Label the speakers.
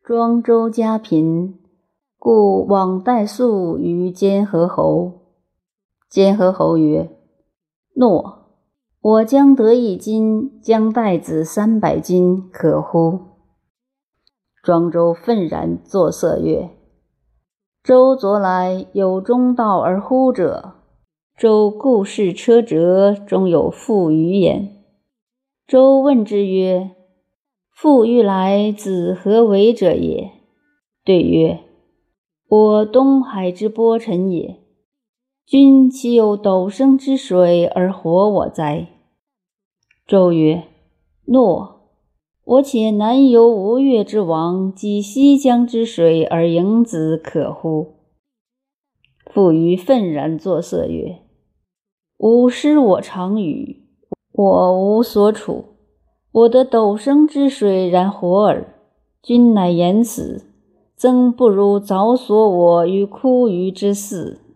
Speaker 1: 庄周家贫，故往代粟于监河侯。监河侯曰：诺，我将得1斤，将代子300斤，可乎？庄周愤然作色曰：周昨来有中道而呼者，周故事车辙，终有负余焉。周问之曰：父欲来，子何为者也？对曰：我东海之波臣也。君岂有斗升之水而活我哉？周曰：诺，我且南游吴越之王，汲西江之水而迎子，可乎？父于愤然作色曰：吾失我常语，我无所处，我得斗升之水然活耳。君乃言此，曾不如早索我于枯鱼之肆。